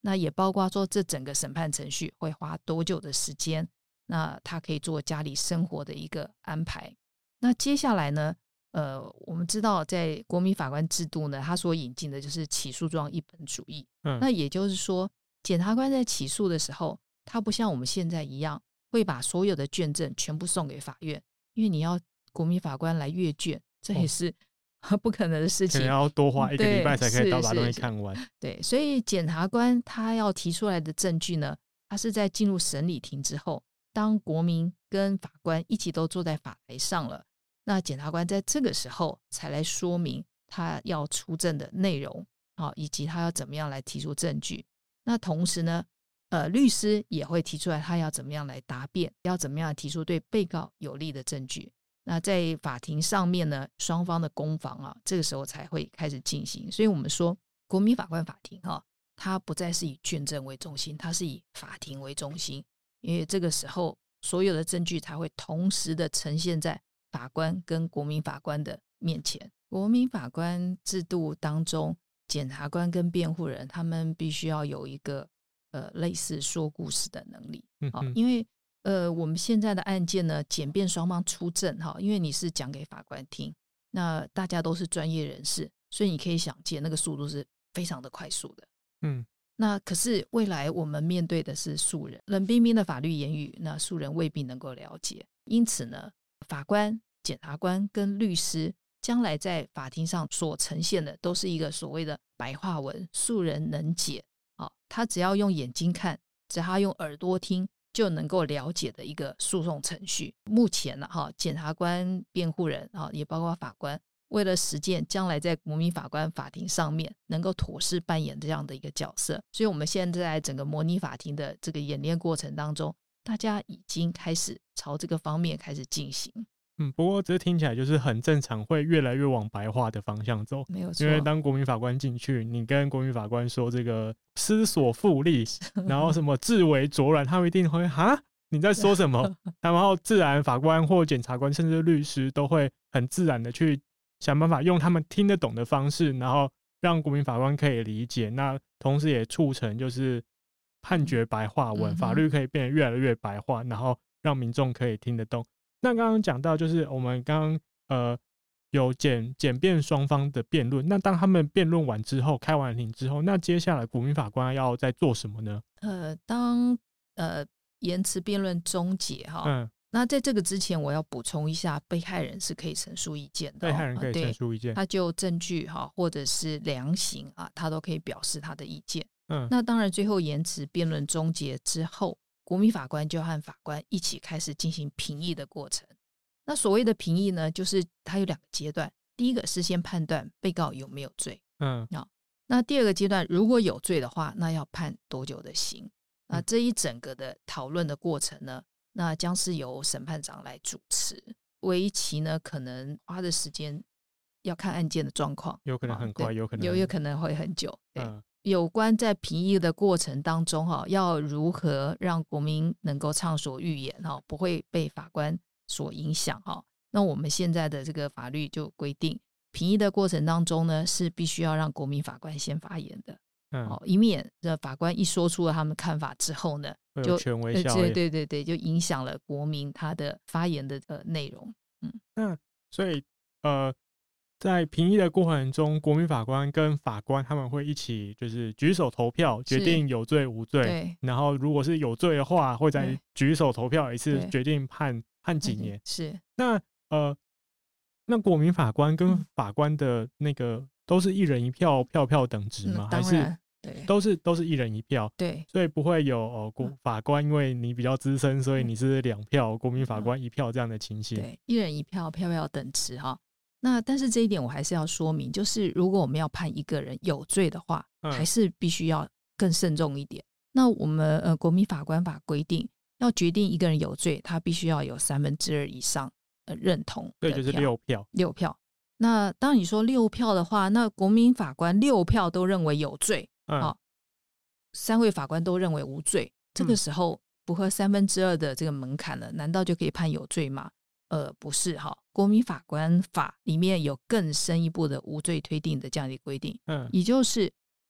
S2: 那也包括说这整个审判程序会花多久的时间，那他可以做家里生活的一个安排。那接下来呢，呃，我们知道在国民法官制度呢，他所引进的就是起诉状一本主义。嗯，那也就是说，检察官在起诉的时候，他不像我们现在一样会把所有的卷证全部送给法院，因为你要国民法官来阅卷，这也是不可能的事情，
S1: 可能要多花一个礼拜才可以到把东西看完。
S2: 对，所以检察官他要提出来的证据呢，他是在进入审理庭之后，当国民跟法官一起都坐在法台上了，那检察官在这个时候才来说明他要出证的内容，啊，以及他要怎么样来提出证据。那同时呢，呃，律师也会提出来他要怎么样来答辩，要怎么样提出对被告有利的证据。那在法庭上面呢，双方的攻防啊，这个时候才会开始进行。所以我们说国民法官法庭啊，它不再是以卷证为中心，它是以法庭为中心，因为这个时候所有的证据才会同时的呈现在法官跟国民法官的面前。国民法官制度当中，检察官跟辩护人他们必须要有一个呃类似说故事的能力。嗯哦、因为呃我们现在的案件呢，检辩双方出证哈，因为你是讲给法官听，那大家都是专业人士，所以你可以想见那个速度是非常的快速的。嗯，那可是未来我们面对的是素人，冷冰冰的法律言语，那素人未必能够了解。因此呢，法官、检察官跟律师将来在法庭上所呈现的都是一个所谓的白话文，素人能解、哦、他只要用眼睛看，只要他用耳朵听就能够了解的一个诉讼程序。目前呢、啊，检察官、辩护人、啊、也包括法官，为了实践将来在国民法官法庭上面能够妥适扮演这样的一个角色，所以我们现在整个模拟法庭的这个演练过程当中，大家已经开始朝这个方面开始进行。
S1: 嗯，不过这听起来就是很正常，会越来越往白话的方向走。
S2: 没有错，
S1: 因为当国民法官进去，你跟国民法官说这个思索复利，然后什么至为卓然，他们一定会哈你在说什么？然后自然法官或检察官甚至律师都会很自然的去想办法用他们听得懂的方式，然后让国民法官可以理解，那同时也促成就是判决白话文、嗯、法律可以变得越来越白话，然后让民众可以听得懂。那刚刚讲到就是我们刚刚呃有检检辩双方的辩论，那当他们辩论完之后，开完庭之后，那接下来国民法官要再做什么呢？
S2: 呃，当呃言辞辩论终结哈，嗯，那在这个之前，我要补充一下，被害人是可以陈述意见的、哦，
S1: 被害人可以陈述意见，
S2: 他就证据哈或者是量刑啊，他都可以表示他的意见。嗯，那当然最后言辞辩论终结之后，国民法官就和法官一起开始进行评议的过程。那所谓的评议呢，就是它有两个阶段，第一个是先判断被告有没有罪，嗯，那第二个阶段如果有罪的话，那要判多久的刑。那这一整个的讨论的过程呢，那将是由审判长来主持，为期呢可能花的时间要看案件的状况，
S1: 有可能很快，有可能
S2: 有有可能会很久。对、嗯，有关在评议的过程当中哈，要如何让国民能够畅所欲言哈，不会被法官所影响哈。那我们现在的这个法律就规定，评议的过程当中呢，是必须要让国民法官先发言的。嗯哦、以免这法官一说出了他们看法之后呢，
S1: 就权威效应，
S2: 对对对对，就影响了国民他的发言的呃内容。嗯，
S1: 那所以呃，在评议的过程中，国民法官跟法官他们会一起就是举手投票决定有罪无罪，然后如果是有罪的话，会再举手投票一次决定判判几年。
S2: 是
S1: 那呃，那国民法官跟法官的那个。嗯都是一人一票，票票等值吗？
S2: 嗯、
S1: 还是都是都是一人一票？
S2: 对，
S1: 所以不会有哦，国法官因为你比较资深，所以你是两票，国民法官一票这样的情形。
S2: 对，一人一票，票票等值哈。那但是这一点我还是要说明，就是如果我们要判一个人有罪的话，嗯、还是必须要更慎重一点。那我们呃国民法官法规定，要决定一个人有罪，他必须要有三分之二以上呃认同的票，
S1: 对，就是六票，
S2: 六票。那当你说六票的话，那国民法官六票都认为有罪、嗯哦、三位法官都认为无罪，这个时候符合三分之二的这个门槛了，难道就可以判有罪吗？呃，不是哈，国民法官法里面有更深一步的无罪推定的这样的规定，嗯，也就是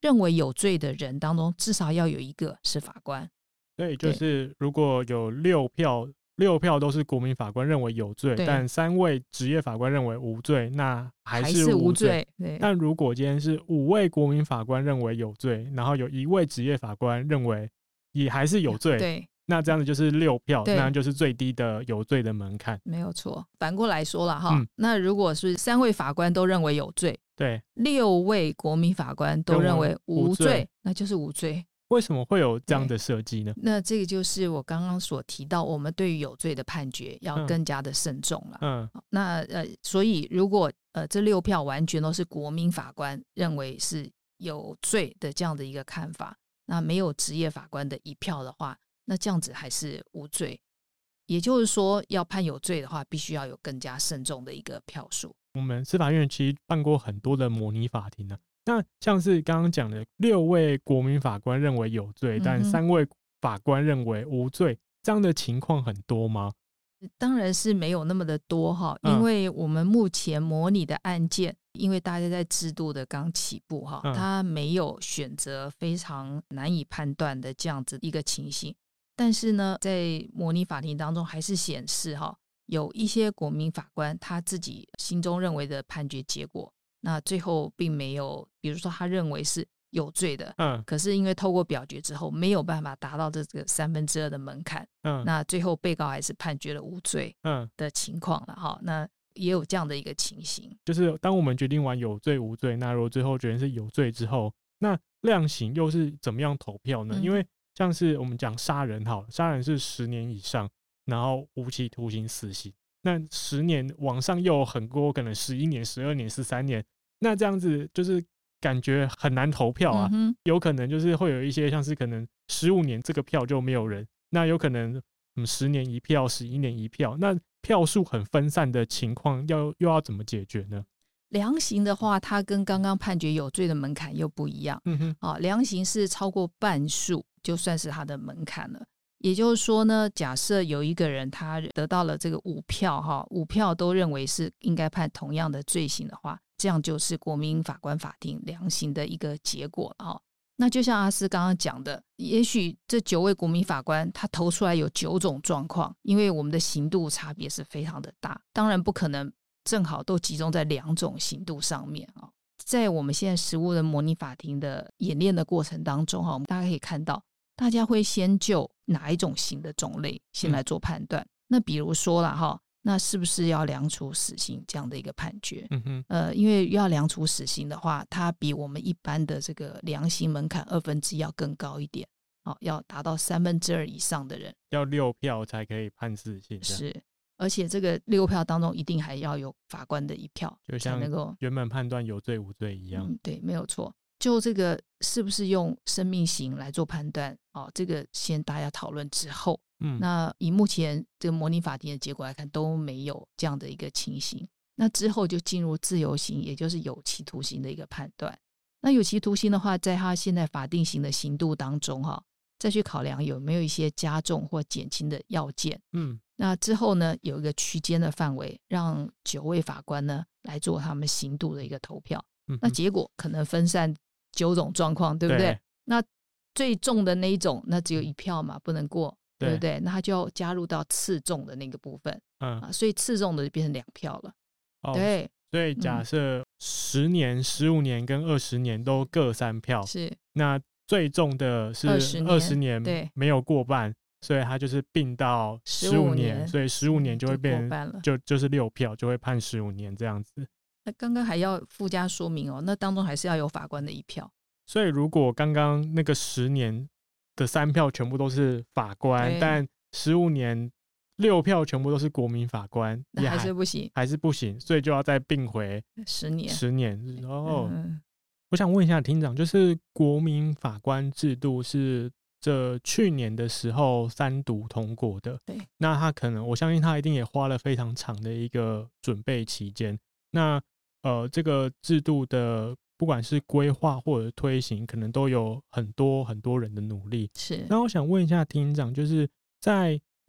S2: 认为有罪的人当中，至少要有一个是法官。
S1: 对，就是如果有六票，六票都是国民法官认为有罪，但三位职业法官认为无罪，那还是无罪。
S2: 对，
S1: 但如果今天是五位国民法官认为有罪，然后有一位职业法官认为也还是有罪，
S2: 对，
S1: 那这样子就是六票，那就是最低的有罪的门槛。
S2: 没有错。反过来说了哈、嗯，那如果是三位法官都认为有罪，
S1: 对，
S2: 六位国民法官都认为无罪，无罪那就是无罪。
S1: 为什么会有这样的设计呢？
S2: 那这个就是我刚刚所提到，我们对于有罪的判决要更加的慎重了。嗯，那呃，所以如果呃这六票完全都是国民法官认为是有罪的这样的一个看法，那没有职业法官的一票的话，那这样子还是无罪。也就是说，要判有罪的话，必须要有更加慎重的一个票数。
S1: 我们司法院其实办过很多的模拟法庭呢、啊。那像是刚刚讲的六位国民法官认为有罪、嗯、但三位法官认为无罪，这样的情况很多吗？
S2: 当然是没有那么的多哈，因为我们目前模拟的案件、嗯、因为大家在制度的刚起步哈、嗯，它没有选择非常难以判断的这样子一个情形，但是呢在模拟法庭当中还是显示哈，有一些国民法官他自己心中认为的判决结果，那最后并没有，比如说他认为是有罪的，嗯，可是因为透过表决之后没有办法达到这个三分之二的门槛，嗯，那最后被告还是判决了无罪，嗯的情况了哈，那也有这样的一个情形。
S1: 就是当我们决定完有罪无罪，那如果最后决定是有罪之后，那量刑又是怎么样投票呢？嗯、因为像是我们讲杀人好了，杀人是十年以上，然后无期徒刑、死刑。那十年往上又有很多，可能十一年、十二年、十三年，那这样子就是感觉很难投票啊、嗯。有可能就是会有一些像是可能十五年这个票就没有人，那有可能嗯十年一票、十一年一票，那票数很分散的情况，要又要怎么解决呢？
S2: 量刑的话，它跟刚刚判决有罪的门槛又不一样。嗯哼，啊，量刑是超过半数就算是它的门槛了。也就是说呢，假设有一个人他得到了这个五票哈，五票都认为是应该判同样的罪行的话，这样就是国民法官法庭量刑的一个结果了哈。那就像阿斯刚刚讲的，也许这九位国民法官他投出来有九种状况，因为我们的刑度差别是非常的大，当然不可能正好都集中在两种刑度上面啊。在我们现在实务的模拟法庭的演练的过程当中哈，我们大家可以看到，大家会先就哪一种刑的种类先来做判断、嗯、那比如说啦哈，那是不是要量处死刑这样的一个判决、嗯哼呃、因为要量处死刑的话，它比我们一般的这个量刑门槛二分之一要更高一点、哦、要达到三分之二以上的人
S1: 要六票才可以判死刑，
S2: 是，而且这个六票当中一定还要有法官的一票，
S1: 就像原本判断有罪无罪一样、
S2: 嗯、对，没有错。就这个是不是用生命刑来做判断、哦、这个先大家讨论之后、嗯、那以目前这个模拟法庭的结果来看都没有这样的一个情形，那之后就进入自由刑，也就是有期徒刑的一个判断。那有期徒刑的话，在他现在法定刑的刑度当中、哦、再去考量有没有一些加重或减轻的要件、嗯、那之后呢有一个区间的范围，让九位法官呢来做他们刑度的一个投票、嗯、那结果可能分散九种状况，对不对？对，那最重的那一种那只有一票嘛，不能过， 对, 对不对？那他就要加入到次重的那个部分、嗯啊、所以次重的就变成两票了、哦、对，
S1: 所以假设十年、十五年跟二十年都各三票，
S2: 是，
S1: 那最重的是二十年没有过半，所以他就是并到十五年，所以十五年就会变成 就, 就是六票就会判十五年这样子。
S2: 那刚刚还要附加说明哦，那当中还是要有法官的一票。
S1: 所以如果刚刚那个十年的三票全部都是法官，但十五年六票全部都是国民法官，
S2: 那还是不行，
S1: 还是不行，所以就要再并回
S2: 十年。
S1: 十年哦、嗯。我想问一下厅长，就是国民法官制度是这去年的时候三读通过的，
S2: 对，
S1: 那他可能我相信他一定也花了非常长的一个准备期间。那呃，这个制度的不管是规划或者推行，可能都有很多很多人的努力。
S2: 是。
S1: 那我想问一下厅长，就是在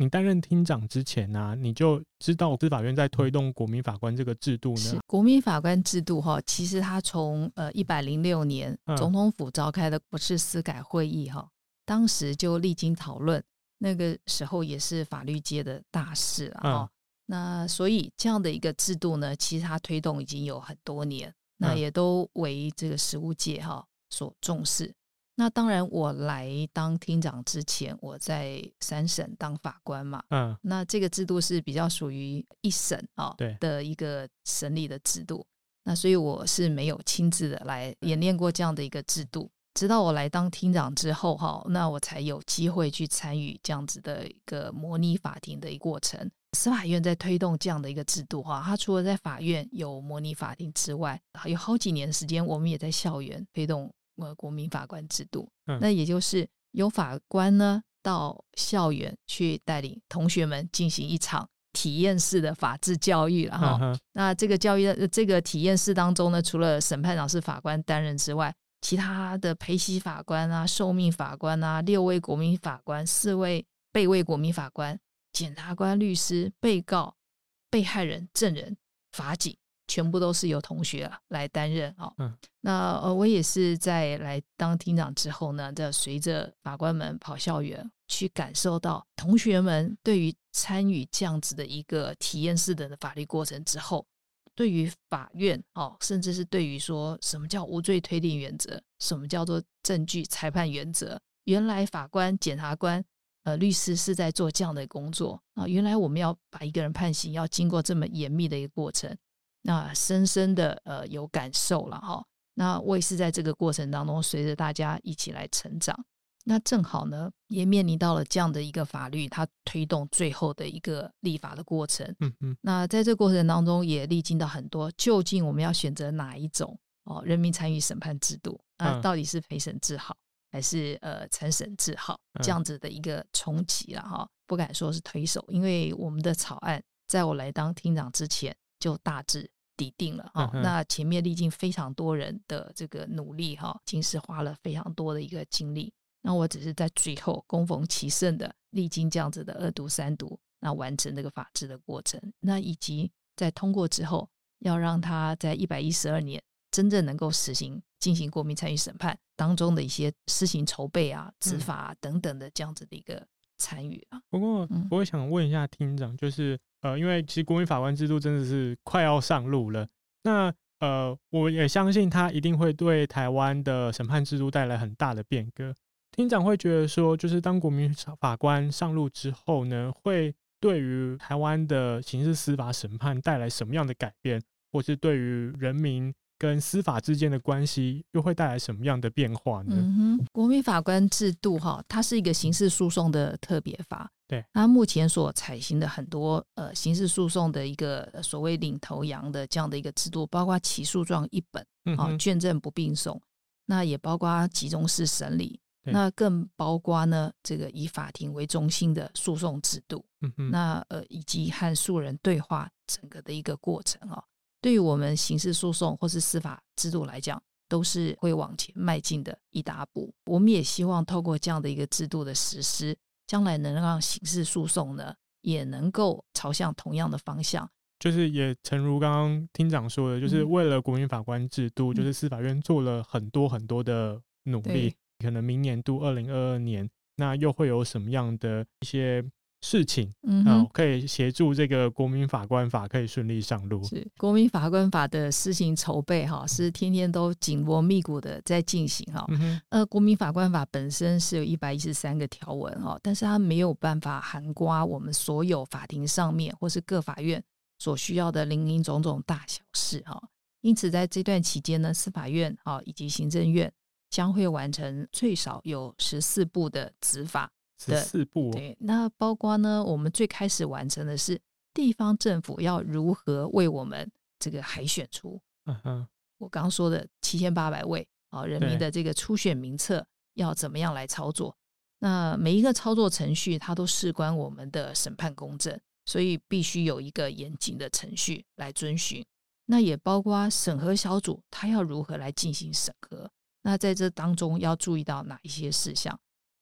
S1: 你担任厅长之前啊，你就知道司法院在推动国民法官这个制度呢？
S2: 是国民法官制度哈，其实它从呃一百零六年总统府召开的国事司改会议哈，当时就历经讨论，那个时候也是法律界的大事了哈。嗯那所以这样的一个制度呢，其实它推动已经有很多年，那也都为这个实务界哈所重视。那当然我来当厅长之前，我在三审当法官嘛，嗯，那这个制度是比较属于一审啊的一个审理的制度，那所以我是没有亲自的来演练过这样的一个制度。直到我来当厅长之后哈，那我才有机会去参与这样子的一个模拟法庭的一个过程。司法院在推动这样的一个制度哈，它除了在法院有模拟法庭之外，有好几年时间我们也在校园推动呃国民法官制度。嗯、那也就是有法官呢到校园去带领同学们进行一场体验式的法治教育了哈。嗯、那这个教育的这个体验式当中呢，除了审判长是法官担任之外，其他的陪席法官啊、受命法官啊、六位国民法官、四位备位国民法官、检察官、律师、被告、被害人、证人、法警，全部都是由同学来担任、哦嗯、那、呃、我也是在来当厅长之后呢，随着法官们跑校园，去感受到同学们对于参与这样子的一个体验式的法律过程之后，对于法院、哦、甚至是对于说什么叫无罪推定原则，什么叫做证据裁判原则，原来法官、检察官、呃、律师是在做这样的工作、啊、原来我们要把一个人判刑要经过这么严密的一个过程，那深深的、呃、有感受了、哦、那我也是在这个过程当中随着大家一起来成长。那正好呢也面临到了这样的一个法律它推动最后的一个立法的过程。嗯嗯，那在这个过程当中也历经到很多究竟我们要选择哪一种、哦、人民参与审判制度，那到底是陪审制好还是呃参审制好，这样子的一个冲击啦、哦、不敢说是推手，因为我们的草案在我来当厅长之前就大致底定了、哦嗯、那前面历经非常多人的这个努力、哦、已经是花了非常多的一个精力，那我只是在最后恭逢其盛的历经这样子的二读三读，那完成这个法制的过程，那以及在通过之后要让它在一百一十二年真正能够实行进行国民参与审判当中的一些施行筹备啊、执法啊等等的这样子的一个参与啊。
S1: 不过我也想问一下厅长，就是呃，因为其实国民法官制度真的是快要上路了，那呃，我也相信它一定会对台湾的审判制度带来很大的变革。厅长会觉得说，就是当国民法官上路之后呢，会对于台湾的刑事司法审判带来什么样的改变，或是对于人民跟司法之间的关系又会带来什么样的变化呢？
S2: 嗯哼，国民法官制度哈，它是一个刑事诉讼的特别法。
S1: 对，
S2: 它目前所采行的很多呃刑事诉讼的一个所谓领头羊的这样的一个制度，包括起诉状一本，嗯啊，卷证不并送，那也包括集中式审理。那更包括呢这个以法庭为中心的诉讼制度，嗯、那呃以及和诉人对话整个的一个过程、哦、对于我们刑事诉讼或是司法制度来讲都是会往前迈进的一大步。我们也希望透过这样的一个制度的实施，将来能让刑事诉讼呢也能够朝向同样的方向，
S1: 就是也诚如刚刚厅长说的，就是为了国民法官制度、嗯、就是司法院做了很多很多的努力，可能明年度二零二二年那又会有什么样的一些事情、嗯呃、可以协助这个国民法官法可以顺利上路。
S2: 是国民法官法的施行筹备是天天都紧锣密鼓的在进行、嗯呃、国民法官法本身是有一百一十三个条文，但是它没有办法涵盖我们所有法庭上面或是各法院所需要的林林总总大小事，因此在这段期间呢，司法院以及行政院将会完成最少有十四部的执法的
S1: 十四部、哦、
S2: 对，那包括呢我们最开始完成的是地方政府要如何为我们这个海选出、嗯、我刚刚说的七千八百位、哦、人民的这个初选名册要怎么样来操作，那每一个操作程序它都事关我们的审判公正，所以必须有一个严谨的程序来遵循。那也包括审核小组它要如何来进行审核，那在这当中要注意到哪一些事项，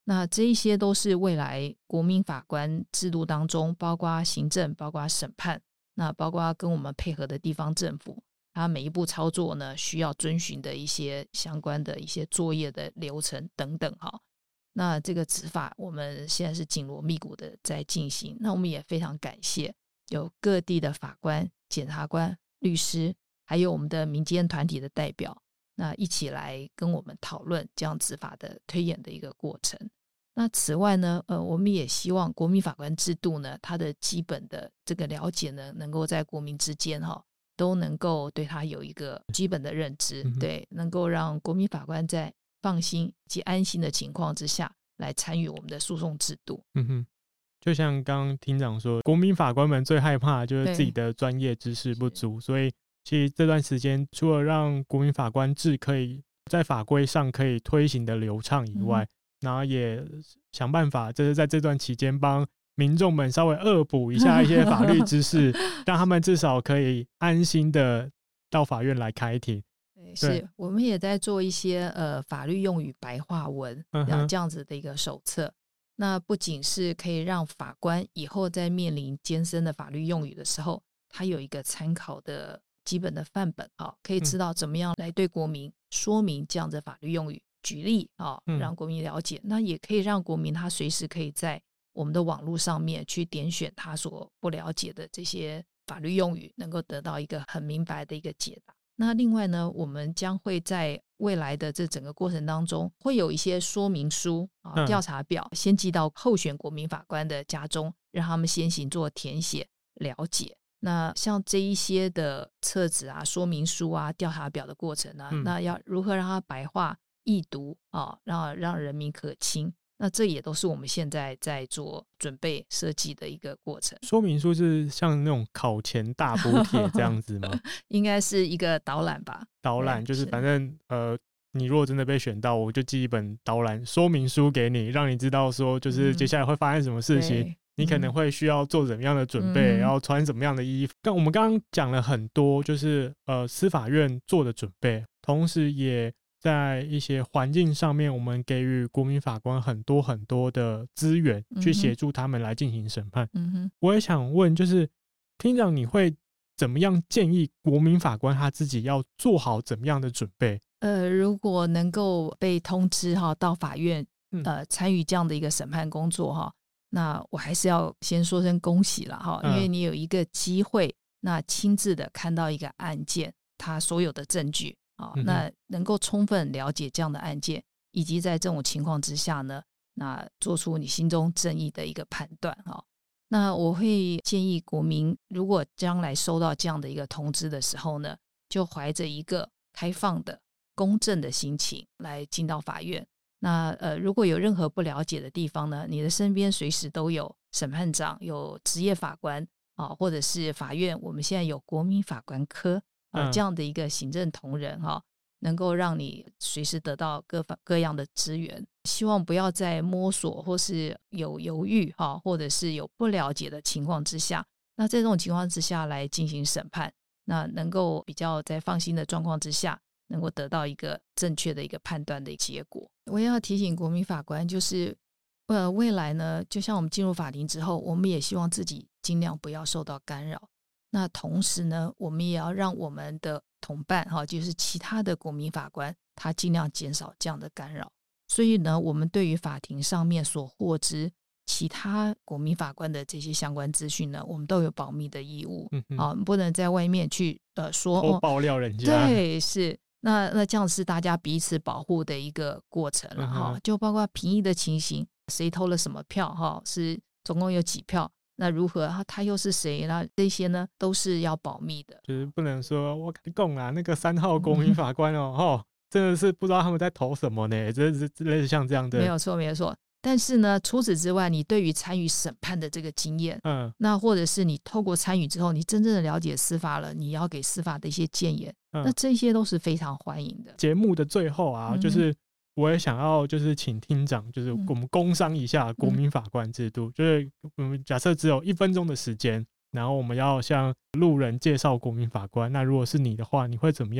S2: 那这一些都是未来国民法官制度当中，包括行政，包括审判，那包括跟我们配合的地方政府，它每一步操作呢需要遵循的一些相关的一些作业的流程等等哈。那这个执法我们现在是紧锣密鼓的在进行，那我们也非常感谢有各地的法官、检察官、律师，还有我们的民间团体的代表，那一起来跟我们讨论这样执法的推演的一个过程。那此外呢，呃，我们也希望国民法官制度呢，它的基本的这个了解呢，能够在国民之间哈、哦，都能够对它有一个基本的认知，嗯、对，能够让国民法官在放心及安心的情况之下来参与我们的诉讼制度。
S1: 嗯哼，就像刚刚厅长说，国民法官们最害怕的就是自己的专业知识不足，所以其实这段时间除了让国民法官制可以在法规上可以推行的流畅以外、嗯、然后也想办法就是在这段期间帮民众们稍微恶补一下一些法律知识让他们至少可以安心的到法院来开庭。
S2: 对，是我们也在做一些呃法律用语白话文、嗯、这样子的一个手册，那不仅是可以让法官以后在面临艰深的法律用语的时候，他有一个参考的基本的范本、哦、可以知道怎么样来对国民说明这样的法律用语，举例、哦、让国民了解、嗯、那也可以让国民他随时可以在我们的网络上面去点选他所不了解的这些法律用语，能够得到一个很明白的一个解答。那另外呢，我们将会在未来的这整个过程当中会有一些说明书、啊、调查表、嗯、先寄到候选国民法官的家中，让他们先行做填写了解。那像这一些的册子啊、说明书啊、调查表的过程啊、嗯、那要如何让它白话易读、啊、让, 让人民可亲，那这也都是我们现在在做准备设计的一个过程。
S1: 说明书是像那种考前大补帖这样子吗？
S2: 应该是一个导览吧。
S1: 导览就是反正呃，你如果真的被选到，我就寄一本导览说明书给你，让你知道说就是接下来会发生什么事情、嗯、你可能会需要做怎么样的准备、嗯、然后穿什么样的衣服。但我们刚刚讲了很多就是呃司法院做的准备，同时也在一些环境上面我们给予国民法官很多很多的资源去协助他们来进行审判、嗯、哼我也想问就是厅长，你会怎么样建议国民法官他自己要做好怎么样的准备？
S2: 呃，如果能够被通知哈到法院呃参与这样的一个审判工作哈，那我还是要先说声恭喜了哈，因为你有一个机会那亲自的看到一个案件他所有的证据哦、那能够充分了解这样的案件，以及在这种情况之下呢，那做出你心中正义的一个判断、哦、那我会建议国民如果将来收到这样的一个通知的时候呢，就怀着一个开放的公正的心情来进到法院。那呃，如果有任何不了解的地方呢，你的身边随时都有审判长，有职业法官、哦、或者是法院我们现在有国民法官科呃、这样的一个行政同仁、哦、能够让你随时得到 各, 各样的资源。希望不要在摸索或是有犹豫、哦、或者是有不了解的情况之下，那在这种情况之下来进行审判，那能够比较在放心的状况之下能够得到一个正确的一个判断的结果。我也要提醒国民法官就是呃，未来呢就像我们进入法庭之后，我们也希望自己尽量不要受到干扰，那同时呢我们也要让我们的同伴就是其他的国民法官他尽量减少这样的干扰。所以呢我们对于法庭上面所获知其他国民法官的这些相关资讯呢，我们都有保密的义务、嗯啊、不能在外面去呃说
S1: 偷爆料人家、
S2: 哦、对，是那那这样是大家彼此保护的一个过程了、嗯哦、就包括评议的情形，谁偷了什么票、哦、是总共有几票，那如何 他, 他又是谁，那这些呢都是要保密的，
S1: 就是不能说我跟你讲啊，那个三号国民法官哦，嗯、哦真的是不知道他们在投什么呢，这是类似像这样的。
S2: 没有错没有错。但是呢除此之外，你对于参与审判的这个经验，嗯，那或者是你透过参与之后你真正的了解司法了，你要给司法的一些建言、嗯、那这些都是非常欢迎的。
S1: 节目的最后啊、嗯、就是我也想要就是请厅长就是我们工商一下国民法官制度、嗯、就是我们假设只有一分钟的时间，然后我们要向路人介绍国民法官，那如果是你的话你会怎么样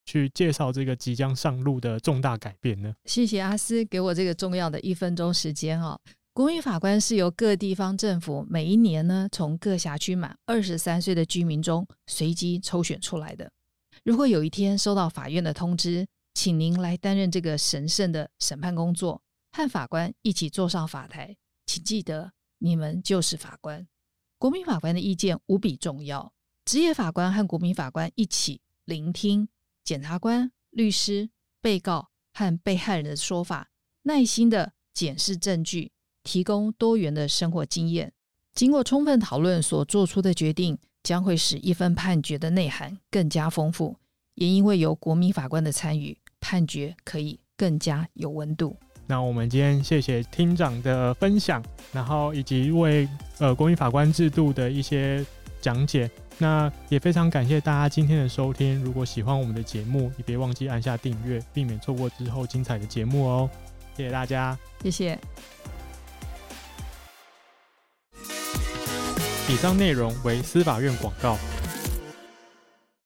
S1: 去介绍这个即将上路的重大改变呢？
S2: 谢谢阿司给我这个重要的一分钟时间哦。国民法官是由各地方政府每一年呢，从各辖区满二十三岁的居民中随机抽选出来的。如果有一天收到法院的通知，请您来担任这个神圣的审判工作，和法官一起坐上法台，请记得你们就是法官。国民法官的意见无比重要，职业法官和国民法官一起聆听检察官、律师、被告和被害人的说法，耐心的检视证据，提供多元的生活经验。经过充分讨论所做出的决定，将会使一份判决的内涵更加丰富，也因为有国民法官的参与，判决可以更加有温度。
S1: 那我们今天谢谢厅长的分享，然后以及为呃国民法官制度的一些讲解。那也非常感谢大家今天的收听，如果喜欢我们的节目，也别忘记按下订阅，避免错过之后精彩的节目哦。谢谢大家，
S2: 谢谢。
S1: 以上内容为司法院广告。